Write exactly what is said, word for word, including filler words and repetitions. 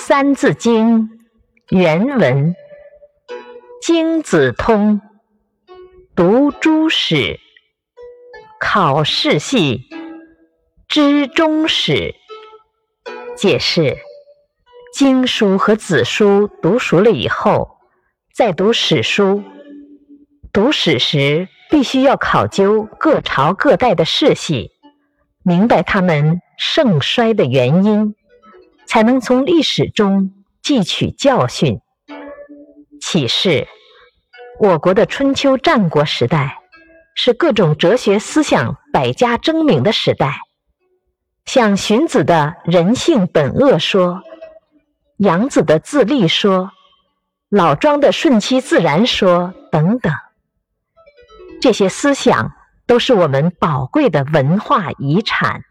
三字经》原文：经子通，读诸史，考世系，知终始。解释：经书和子书读熟了以后，再读史书。读史时必须要考究各朝各代的世系，明白他们盛衰的原因，才能从历史中汲取教训。启示：我国的春秋战国时代是各种哲学思想百家争鸣的时代，像荀子的人性本恶说，杨子的自立说，老庄的顺其自然说等等。这些思想都是我们宝贵的文化遗产。